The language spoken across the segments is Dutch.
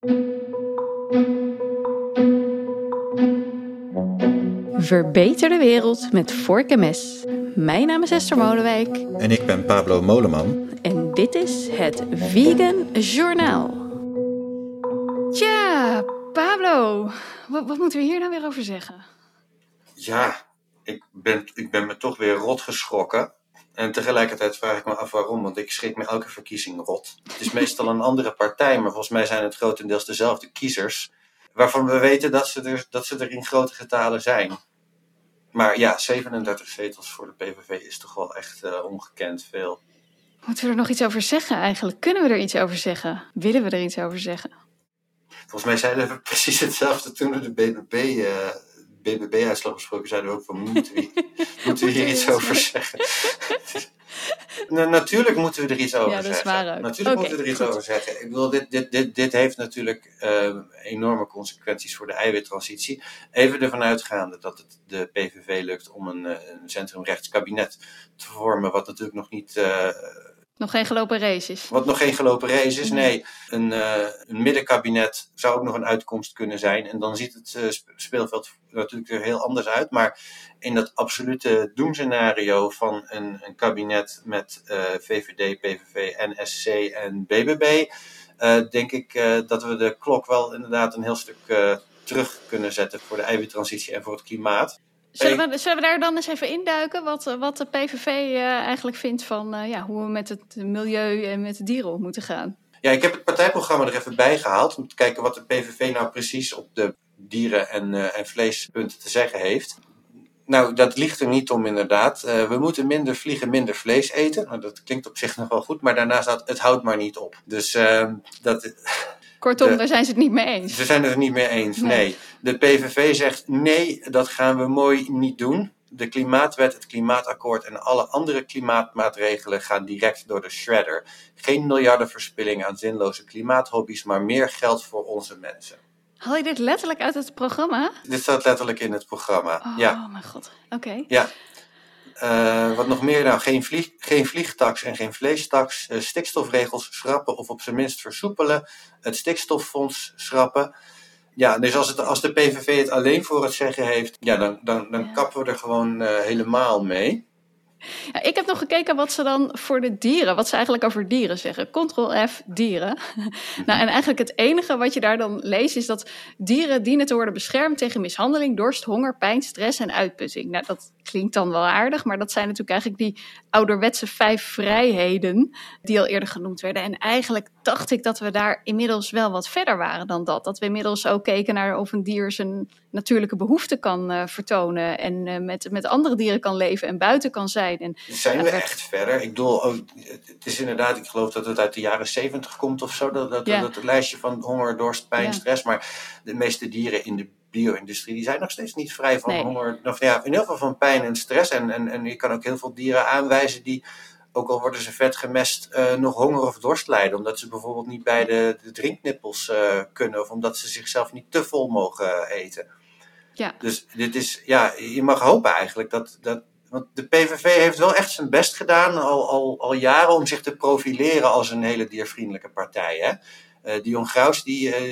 Verbeter de wereld met vork en mes. Mijn naam is Esther Molenwijk. En ik ben Pablo Moleman. En dit is het Vegan Journaal. Tja, Pablo, wat moeten we hier nou weer over zeggen? Ja, ik ben me toch weer rot geschrokken. En tegelijkertijd vraag ik me af waarom, want ik schrik me elke verkiezing rot. Het is meestal een andere partij, maar volgens mij zijn het grotendeels dezelfde kiezers. Waarvan we weten dat ze er in grote getalen zijn. Maar ja, 37 zetels voor de PVV is toch wel echt ongekend veel. Moeten we er nog iets over zeggen eigenlijk? Kunnen we er iets over zeggen? Willen we er iets over zeggen? Volgens mij zeiden we precies hetzelfde toen we de BBB-uitslag besproken. Zeiden we ook van, moeten we hier iets over zeggen? Natuurlijk moeten we er iets over zeggen. Ja, dat is waar ook. Natuurlijk moeten we er iets over zeggen. Ik bedoel, dit heeft natuurlijk enorme consequenties voor de eiwittransitie. Even ervan uitgaande dat het de PVV lukt om een centrumrechts kabinet te vormen, wat natuurlijk nog niet... Nog geen gelopen race is. Wat nog geen gelopen race is, nee. Een middenkabinet zou ook nog een uitkomst kunnen zijn. En dan ziet het speelveld natuurlijk er heel anders uit. Maar in dat absolute doemscenario van een kabinet met VVD, PVV, NSC en BBB... denk ik dat we de klok wel inderdaad een heel stuk terug kunnen zetten voor de eiwittransitie en voor het klimaat. Zullen we daar dan eens even induiken wat de PVV eigenlijk vindt van hoe we met het milieu en met de dieren om moeten gaan? Ja, ik heb het partijprogramma er even bij gehaald om te kijken wat de PVV nou precies op de dieren- en vleespunten te zeggen heeft. Nou, dat ligt er niet om inderdaad. We moeten minder vliegen, minder vlees eten. Nou, dat klinkt op zich nog wel goed, maar daarnaast het houdt maar niet op. Dus Kortom, daar zijn ze het niet mee eens. Ze zijn het er niet mee eens, nee. De PVV zegt nee, dat gaan we mooi niet doen. De klimaatwet, het klimaatakkoord en alle andere klimaatmaatregelen gaan direct door de shredder. Geen miljardenverspilling aan zinloze klimaathobby's, maar meer geld voor onze mensen. Haal je dit letterlijk uit het programma? Dit staat letterlijk in het programma, Oh mijn god, oké. Ja. Wat nog meer? Nou, geen vliegtax en geen vleestaks. Stikstofregels schrappen of op zijn minst versoepelen. Het stikstoffonds schrappen. Ja, dus als de PVV het alleen voor het zeggen heeft, ja, dan kappen we er gewoon helemaal mee. Ja, ik heb nog gekeken wat ze dan voor de dieren, wat ze eigenlijk over dieren zeggen. Ctrl-F, dieren. Nou, en eigenlijk het enige wat je daar dan leest is dat dieren dienen te worden beschermd tegen mishandeling, dorst, honger, pijn, stress en uitputting. Nou, dat klinkt dan wel aardig, maar dat zijn natuurlijk eigenlijk die ouderwetse 5 vrijheden die al eerder genoemd werden. En eigenlijk dacht ik dat we daar inmiddels wel wat verder waren dan dat. Dat we inmiddels ook keken naar of een dier zijn natuurlijke behoeften kan vertonen en met andere dieren kan leven en buiten kan zijn. En zijn we echt verder? Ik bedoel, het is inderdaad, ik geloof dat het uit de jaren 70 komt of zo, dat lijstje van honger, dorst, pijn, stress. Maar de meeste dieren in de bio-industrie, die zijn nog steeds niet vrij van honger. Of ja, in ieder geval van pijn en stress. En je kan ook heel veel dieren aanwijzen die, ook al worden ze vet gemest, nog honger of dorst lijden. Omdat ze bijvoorbeeld niet bij de drinknippels kunnen. Of omdat ze zichzelf niet te vol mogen eten. Ja. Dus dit is, je mag hopen eigenlijk dat want de PVV heeft wel echt zijn best gedaan al jaren om zich te profileren als een hele diervriendelijke partij. Hè? Dion Graus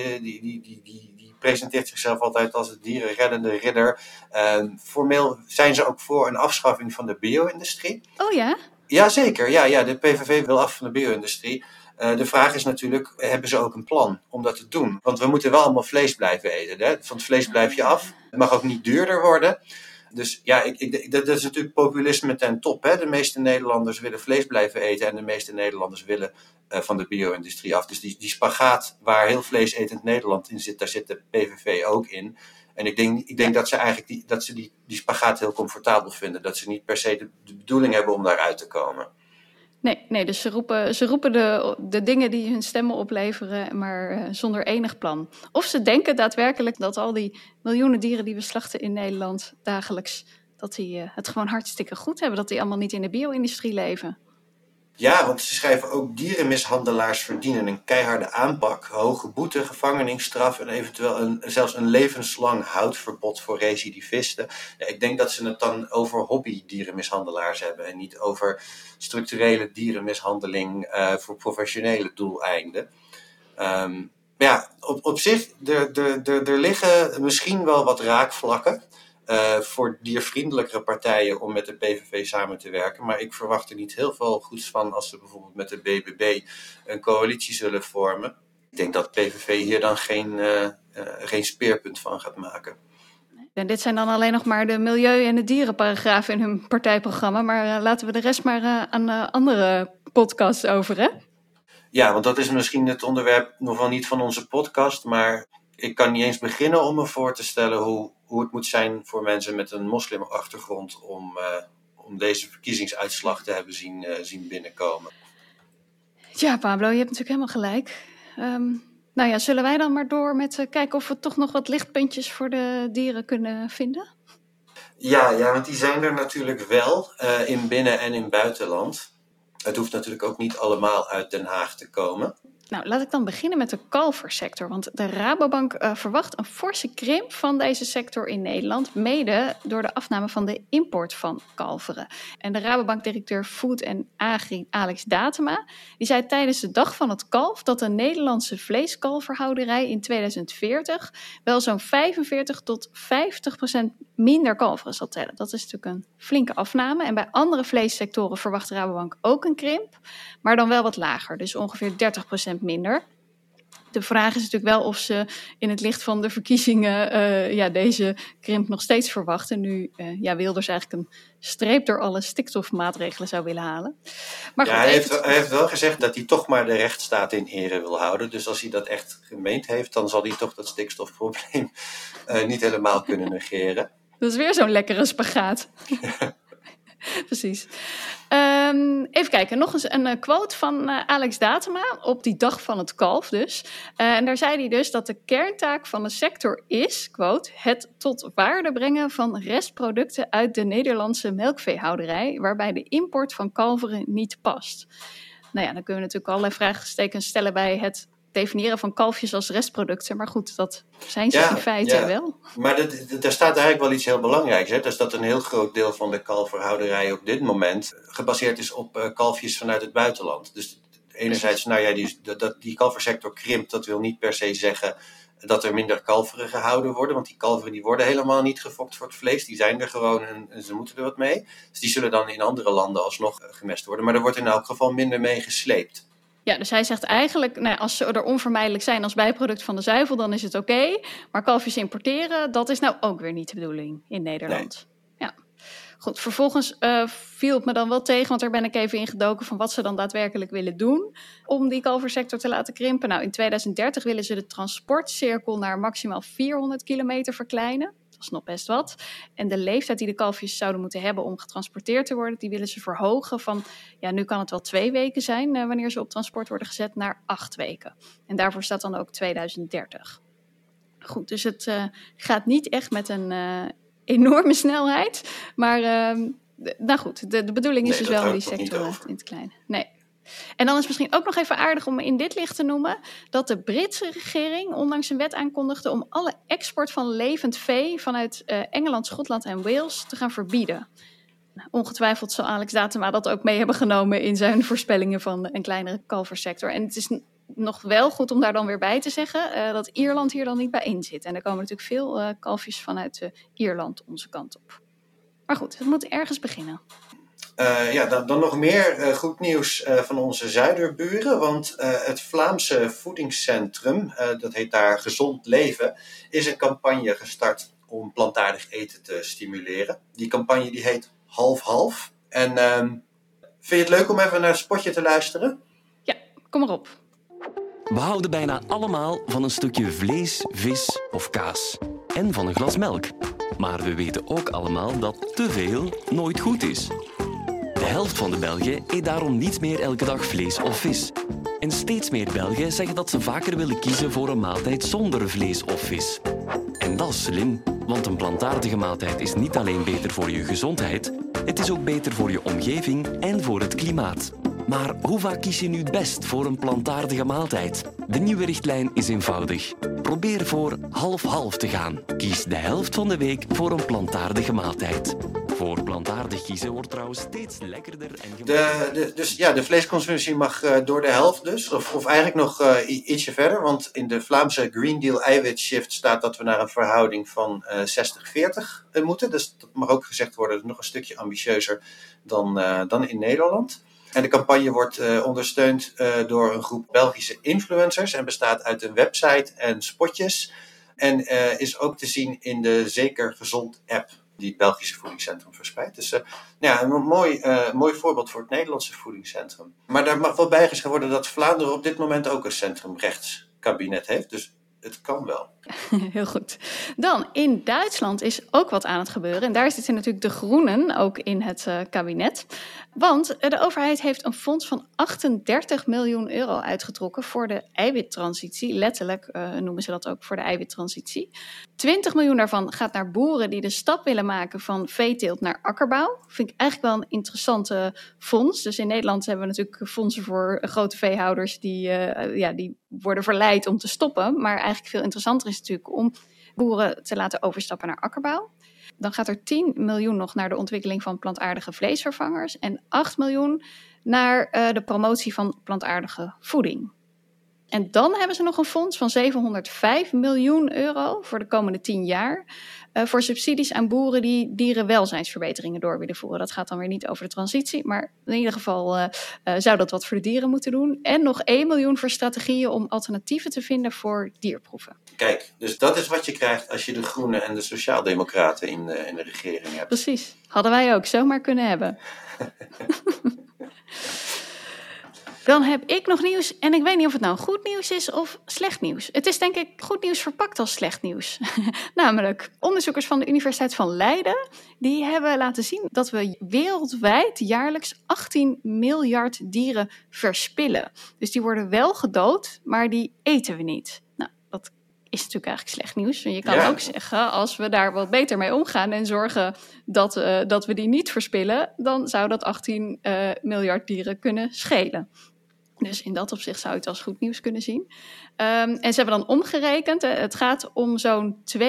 die presenteert zichzelf altijd als de dierenreddende ridder. Formeel zijn ze ook voor een afschaffing van de bio-industrie. Oh ja? Jazeker, ja, de PVV wil af van de bio-industrie. De vraag is natuurlijk, hebben ze ook een plan om dat te doen? Want we moeten wel allemaal vlees blijven eten. Hè? Van het vlees blijf je af. Het mag ook niet duurder worden. Dus ja, dat is natuurlijk populisme ten top. Hè? De meeste Nederlanders willen vlees blijven eten en de meeste Nederlanders willen van de bio-industrie af. Dus die spagaat waar heel vleesetend Nederland in zit, daar zit de PVV ook in. En ik denk dat ze eigenlijk die spagaat heel comfortabel vinden. Dat ze niet per se de bedoeling hebben om daaruit te komen. Nee, dus ze roepen de dingen die hun stemmen opleveren, maar zonder enig plan. Of ze denken daadwerkelijk dat al die miljoenen dieren die we slachten in Nederland dagelijks, dat die het gewoon hartstikke goed hebben. Dat die allemaal niet in de bio-industrie leven. Ja, want ze schrijven ook dierenmishandelaars verdienen een keiharde aanpak, hoge boete, gevangenisstraf en eventueel zelfs een levenslang houtverbod voor recidivisten. Ja, ik denk dat ze het dan over hobby-dierenmishandelaars hebben en niet over structurele dierenmishandeling voor professionele doeleinden. Ja, op zich, er liggen misschien wel wat raakvlakken voor diervriendelijkere partijen om met de PVV samen te werken. Maar ik verwacht er niet heel veel goeds van als ze bijvoorbeeld met de BBB een coalitie zullen vormen. Ik denk dat PVV hier dan geen speerpunt van gaat maken. En dit zijn dan alleen nog maar de milieu- en de dierenparagrafen in hun partijprogramma. Maar laten we de rest maar aan andere podcasts over, hè? Ja, want dat is misschien het onderwerp nog wel niet van onze podcast. Maar ik kan niet eens beginnen om me voor te stellen hoe het moet zijn voor mensen met een moslimachtergrond om deze verkiezingsuitslag te hebben zien binnenkomen. Ja, Pablo, je hebt natuurlijk helemaal gelijk. Nou ja, zullen wij dan maar door met kijken of we toch nog wat lichtpuntjes voor de dieren kunnen vinden? Ja, want die zijn er natuurlijk wel in binnen- en in buitenland. Het hoeft natuurlijk ook niet allemaal uit Den Haag te komen. Nou, laat ik dan beginnen met de kalversector. Want de Rabobank verwacht een forse krimp van deze sector in Nederland, mede door de afname van de import van kalveren. En de Rabobank-directeur Food en Agri, Alex Datema, die zei tijdens de Dag van het Kalf dat de Nederlandse vleeskalverhouderij in 2040 wel zo'n 45 tot 50% minder kalveren zal tellen. Dat is natuurlijk een flinke afname. En bij andere vleessectoren verwacht de Rabobank ook een krimp, maar dan wel wat lager, dus ongeveer 30% minder. De vraag is natuurlijk wel of ze in het licht van de verkiezingen deze krimp nog steeds verwachten. Nu Wilders eigenlijk een streep door alle stikstofmaatregelen zou willen halen. Maar goed, hij heeft wel gezegd dat hij toch maar de rechtsstaat in ere wil houden. Dus als hij dat echt gemeend heeft, dan zal hij toch dat stikstofprobleem niet helemaal kunnen negeren. Dat is weer zo'n lekkere spagaat. Precies. Even kijken, nog eens een quote van Alex Datema op die Dag van het Kalf dus. En daar zei hij dus dat de kerntaak van de sector is, quote, het tot waarde brengen van restproducten uit de Nederlandse melkveehouderij, waarbij de import van kalveren niet past. Nou ja, dan kunnen we natuurlijk allerlei vraagtekens stellen bij het definiëren van kalfjes als restproducten. Maar goed, dat zijn ze in feite wel. Maar daar staat eigenlijk wel iets heel belangrijks. Hè? Dus dat een heel groot deel van de kalverhouderij op dit moment gebaseerd is op kalfjes vanuit het buitenland. Dus enerzijds, die kalversector krimpt, dat wil niet per se zeggen dat er minder kalveren gehouden worden. Want die kalveren die worden helemaal niet gefokt voor het vlees. Die zijn er gewoon en ze moeten er wat mee. Dus die zullen dan in andere landen alsnog gemest worden. Maar er wordt in elk geval minder mee gesleept. Ja, dus hij zegt eigenlijk, als ze er onvermijdelijk zijn als bijproduct van de zuivel, dan is het oké. Maar kalfjes importeren, dat is nou ook weer niet de bedoeling in Nederland. Nee. Ja. Goed, vervolgens viel het me dan wel tegen, want daar ben ik even in gedoken van wat ze dan daadwerkelijk willen doen om die kalversector te laten krimpen. Nou, in 2030 willen ze de transportcirkel naar maximaal 400 kilometer verkleinen. Dat is nog best wat. En de leeftijd die de kalfjes zouden moeten hebben om getransporteerd te worden, die willen ze verhogen van, nu kan het wel 2 weken zijn wanneer ze op transport worden gezet, naar 8 weken. En daarvoor staat dan ook 2030. Goed, dus het gaat niet echt met een enorme snelheid. Maar de bedoeling is dus wel om die sector in te kleinen. Nee. En dan is misschien ook nog even aardig om in dit licht te noemen dat de Britse regering onlangs een wet aankondigde om alle export van levend vee vanuit Engeland, Schotland en Wales te gaan verbieden. Nou, ongetwijfeld zal Alex Datema dat ook mee hebben genomen in zijn voorspellingen van een kleinere kalversector. En het is nog wel goed om daar dan weer bij te zeggen dat Ierland hier dan niet bij in zit. En er komen natuurlijk veel kalfjes vanuit Ierland onze kant op. Maar goed, het moet ergens beginnen. Dan nog meer goed nieuws van onze zuiderburen. Want het Vlaamse voedingscentrum, dat heet daar Gezond Leven, is een campagne gestart om plantaardig eten te stimuleren. Die campagne die heet Half-Half. En vind je het leuk om even naar het spotje te luisteren? Ja, kom maar op. We houden bijna allemaal van een stukje vlees, vis of kaas. En van een glas melk. Maar we weten ook allemaal dat te veel nooit goed is. De helft van de Belgen eet daarom niet meer elke dag vlees of vis. En steeds meer Belgen zeggen dat ze vaker willen kiezen voor een maaltijd zonder vlees of vis. En dat is slim, want een plantaardige maaltijd is niet alleen beter voor je gezondheid, het is ook beter voor je omgeving en voor het klimaat. Maar hoe vaak kies je nu het best voor een plantaardige maaltijd? De nieuwe richtlijn is eenvoudig. Probeer voor half-half te gaan. Kies de helft van de week voor een plantaardige maaltijd. Voor plantaardig kiezen wordt trouwens steeds lekkerder en De vleesconsumptie mag door de helft dus. Of eigenlijk nog ietsje verder. Want in de Vlaamse Green Deal eiwitshift staat dat we naar een verhouding van 60-40 moeten. Dus dat mag ook gezegd worden, dat is nog een stukje ambitieuzer dan in Nederland. En de campagne wordt ondersteund door een groep Belgische influencers en bestaat uit een website en spotjes. En is ook te zien in de Zeker Gezond app die het Belgische voedingscentrum verspreidt. Dus een mooi voorbeeld voor het Nederlandse voedingscentrum. Maar daar mag wel bijgezegd worden dat Vlaanderen op dit moment ook een centrumrechtskabinet heeft. Dus het kan wel. Heel goed. Dan, in Duitsland is ook wat aan het gebeuren. En daar zitten natuurlijk de Groenen ook in het kabinet. Want de overheid heeft een fonds van 38 miljoen euro uitgetrokken voor de eiwittransitie. Letterlijk noemen ze dat ook, voor de eiwittransitie. 20 miljoen daarvan gaat naar boeren die de stap willen maken van veeteelt naar akkerbouw. Vind ik eigenlijk wel een interessante fonds. Dus in Nederland hebben we natuurlijk fondsen voor grote veehouders die worden verleid om te stoppen. Maar eigenlijk veel interessanter is natuurlijk om boeren te laten overstappen naar akkerbouw. Dan gaat er 10 miljoen nog naar de ontwikkeling van plantaardige vleesvervangers en 8 miljoen naar de promotie van plantaardige voeding. En dan hebben ze nog een fonds van 705 miljoen euro voor de komende 10 jaar voor subsidies aan boeren die dierenwelzijnsverbeteringen door willen voeren. Dat gaat dan weer niet over de transitie, maar in ieder geval zou dat wat voor de dieren moeten doen. En nog 1 miljoen voor strategieën om alternatieven te vinden voor dierproeven. Kijk, dus dat is wat je krijgt als je de Groenen en de Sociaaldemocraten in de regering hebt. Precies, hadden wij ook zomaar kunnen hebben. Dan heb ik nog nieuws en ik weet niet of het nou goed nieuws is of slecht nieuws. Het is denk ik goed nieuws verpakt als slecht nieuws. Namelijk, onderzoekers van de Universiteit van Leiden, die hebben laten zien dat we wereldwijd jaarlijks 18 miljard dieren verspillen. Dus die worden wel gedood, maar die eten we niet. Nou, dat is natuurlijk eigenlijk slecht nieuws. En je kan ook zeggen, als we daar wat beter mee omgaan en zorgen dat we die niet verspillen, dan zou dat 18 miljard dieren kunnen schelen. Dus in dat opzicht zou je het als goed nieuws kunnen zien. En ze hebben dan omgerekend. Het gaat om zo'n 52,4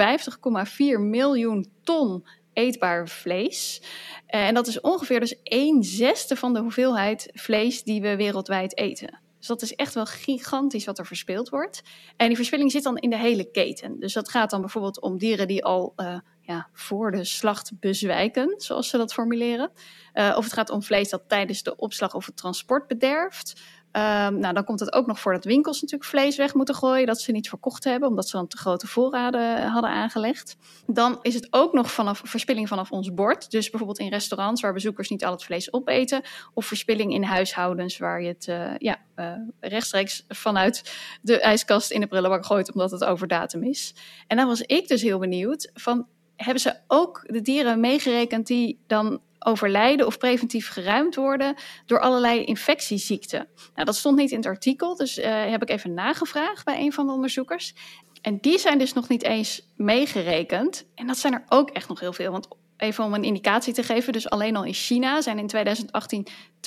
miljoen ton eetbaar vlees. En dat is ongeveer dus 1/6 van de hoeveelheid vlees die we wereldwijd eten. Dus dat is echt wel gigantisch wat er verspild wordt. En die verspilling zit dan in de hele keten. Dus dat gaat dan bijvoorbeeld om dieren die al voor de slacht bezwijken, zoals ze dat formuleren. Of het gaat om vlees dat tijdens de opslag of het transport bederft. Dan komt het ook nog voor dat winkels natuurlijk vlees weg moeten gooien, dat ze niet verkocht hebben, omdat ze dan te grote voorraden hadden aangelegd. Dan is het ook nog verspilling vanaf ons bord. Dus bijvoorbeeld in restaurants waar bezoekers niet al het vlees opeten. Of verspilling in huishoudens waar je het rechtstreeks vanuit de ijskast in de prullenbak gooit, omdat het over datum is. En dan was ik dus heel benieuwd van, hebben ze ook de dieren meegerekend die dan overlijden of preventief geruimd worden door allerlei infectieziekten? Nou, dat stond niet in het artikel, dus heb ik even nagevraagd bij een van de onderzoekers. En die zijn dus nog niet eens meegerekend. En dat zijn er ook echt nog heel veel. Want even om een indicatie te geven, dus alleen al in China zijn in 2018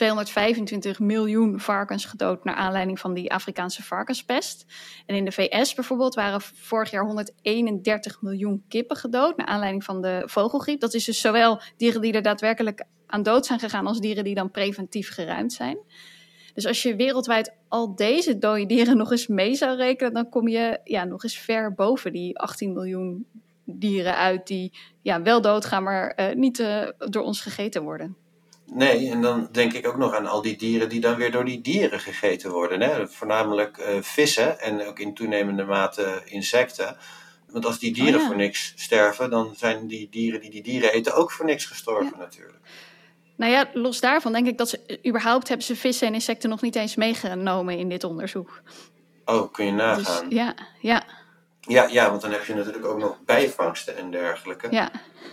225 miljoen varkens gedood naar aanleiding van die Afrikaanse varkenspest. En in de VS bijvoorbeeld waren vorig jaar 131 miljoen kippen gedood naar aanleiding van de vogelgriep. Dat is dus zowel dieren die er daadwerkelijk aan dood zijn gegaan als dieren die dan preventief geruimd zijn. Dus als je wereldwijd al deze dode dieren nog eens mee zou rekenen, dan kom je nog eens ver boven die 18 miljoen dieren uit die wel doodgaan, maar niet door ons gegeten worden. Nee, en dan denk ik ook nog aan al die dieren die dan weer door die dieren gegeten worden. Hè? Voornamelijk vissen en ook in toenemende mate insecten. Want als die dieren voor niks sterven, dan zijn die dieren die dieren eten ook voor niks gestorven natuurlijk. Nou ja, los daarvan denk ik dat ze überhaupt hebben ze vissen en insecten nog niet eens meegenomen in dit onderzoek. Oh, kun je nagaan. Dus, ja. Ja, want dan heb je natuurlijk ook nog bijvangsten en dergelijke. Ja.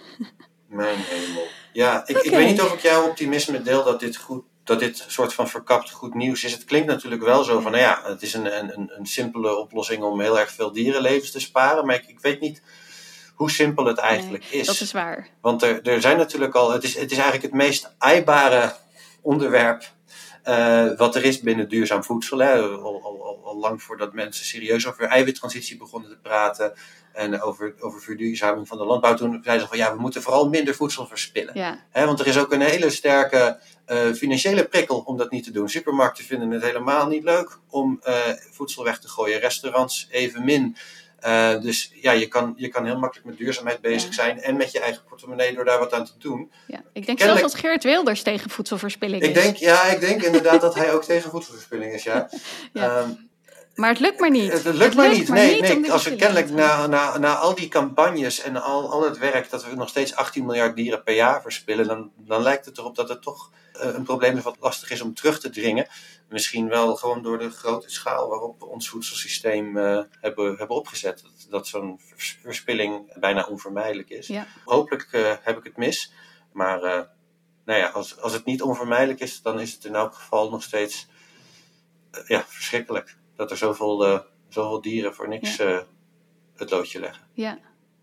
Mijn hemel. Ja, ik weet niet of ik jouw optimisme deel dat dit soort van verkapt goed nieuws is. Het klinkt natuurlijk wel zo van, het is een simpele oplossing om heel erg veel dierenlevens te sparen. Maar ik weet niet hoe simpel het eigenlijk is. Dat is waar. Want er zijn natuurlijk al, het is eigenlijk het meest aaibare onderwerp wat er is binnen duurzaam voedsel. Hè. Al lang voordat mensen serieus over eiwittransitie begonnen te praten en over verduurzaming van de landbouw. Toen zeiden ze van we moeten vooral minder voedsel verspillen. Ja. Want er is ook een hele sterke financiële prikkel om dat niet te doen. Supermarkten vinden het helemaal niet leuk om voedsel weg te gooien. Restaurants evenmin. Dus je kan heel makkelijk met duurzaamheid bezig zijn en met je eigen portemonnee door daar wat aan te doen. Ja, ik denk zelfs dat Geert Wilders tegen voedselverspilling is. Ik denk inderdaad dat hij ook tegen voedselverspilling is, ja. Maar het lukt maar niet. Het lukt maar niet. Nee. Als we kennelijk na al die campagnes en al het werk dat we nog steeds 18 miljard dieren per jaar verspillen, dan lijkt het erop dat het toch een probleem is wat lastig is om terug te dringen. Misschien wel gewoon door de grote schaal waarop we ons voedselsysteem hebben opgezet. Dat zo'n verspilling bijna onvermijdelijk is. Ja. Hopelijk heb ik het mis. Maar als het niet onvermijdelijk is, dan is het in elk geval nog steeds verschrikkelijk. Dat er zoveel dieren voor niks het loodje leggen. Ja.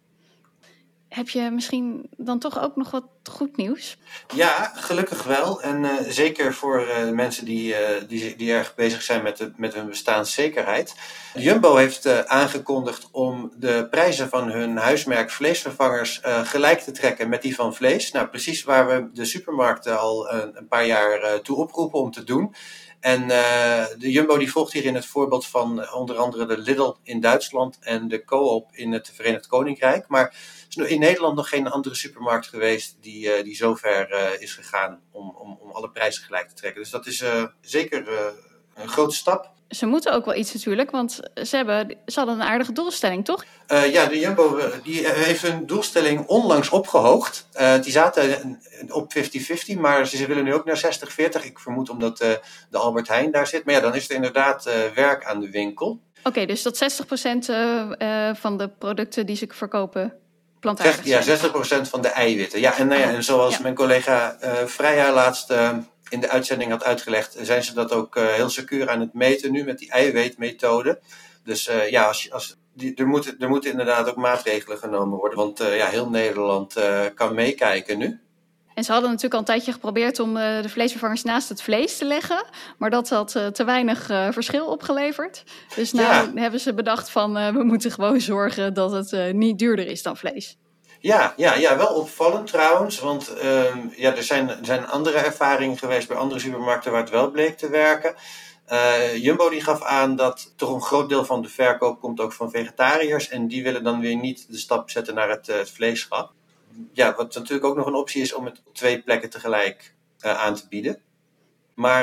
Heb je misschien dan toch ook nog wat goed nieuws? Ja, gelukkig wel. En zeker voor mensen die erg bezig zijn met hun bestaanszekerheid. Jumbo heeft aangekondigd om de prijzen van hun huismerk vleesvervangers gelijk te trekken met die van vlees. Nou, precies waar we de supermarkten al een paar jaar toe oproepen om te doen. En de Jumbo die volgt hierin het voorbeeld van onder andere de Lidl in Duitsland en de Coop in het Verenigd Koninkrijk. Maar er is in Nederland nog geen andere supermarkt geweest die zo ver is gegaan om alle prijzen gelijk te trekken. Dus dat is zeker een grote stap. Ze moeten ook wel iets natuurlijk, want ze hadden een aardige doelstelling, toch? De Jumbo die heeft hun doelstelling onlangs opgehoogd. Die zaten op 50-50, maar ze willen nu ook naar 60-40. Ik vermoed omdat de Albert Heijn daar zit. Maar dan is er inderdaad werk aan de winkel. Oké, dus dat 60% van de producten die ze verkopen plantaardig zijn. Ja, 60% van de eiwitten. Ja, en zoals mijn collega Freya laatst in de uitzending had uitgelegd, zijn ze dat ook heel secuur aan het meten nu met die eiwitmethode. Dus er moeten inderdaad ook maatregelen genomen worden, want heel Nederland kan meekijken nu. En ze hadden natuurlijk al een tijdje geprobeerd om de vleesvervangers naast het vlees te leggen. Maar dat had te weinig verschil opgeleverd. Dus hebben ze bedacht van we moeten gewoon zorgen dat het niet duurder is dan vlees. Ja, wel opvallend trouwens. Want er zijn andere ervaringen geweest bij andere supermarkten waar het wel bleek te werken. Jumbo die gaf aan dat toch een groot deel van de verkoop komt ook van vegetariërs. En die willen dan weer niet de stap zetten naar het vleesschap. Ja, wat natuurlijk ook nog een optie is om het op 2 plekken tegelijk aan te bieden. Maar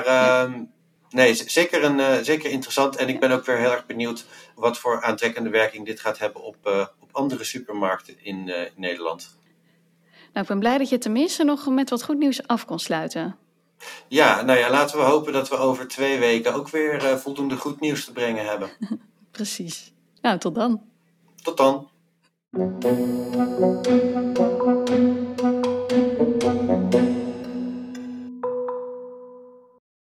zeker interessant. En ik ben ook weer heel erg benieuwd wat voor aantrekkende werking dit gaat hebben op andere supermarkten in Nederland. Nou, ik ben blij dat je tenminste nog met wat goed nieuws af kon sluiten. Ja, laten we hopen dat we over 2 weken ook weer voldoende goed nieuws te brengen hebben. Precies. Nou, tot dan. Tot dan.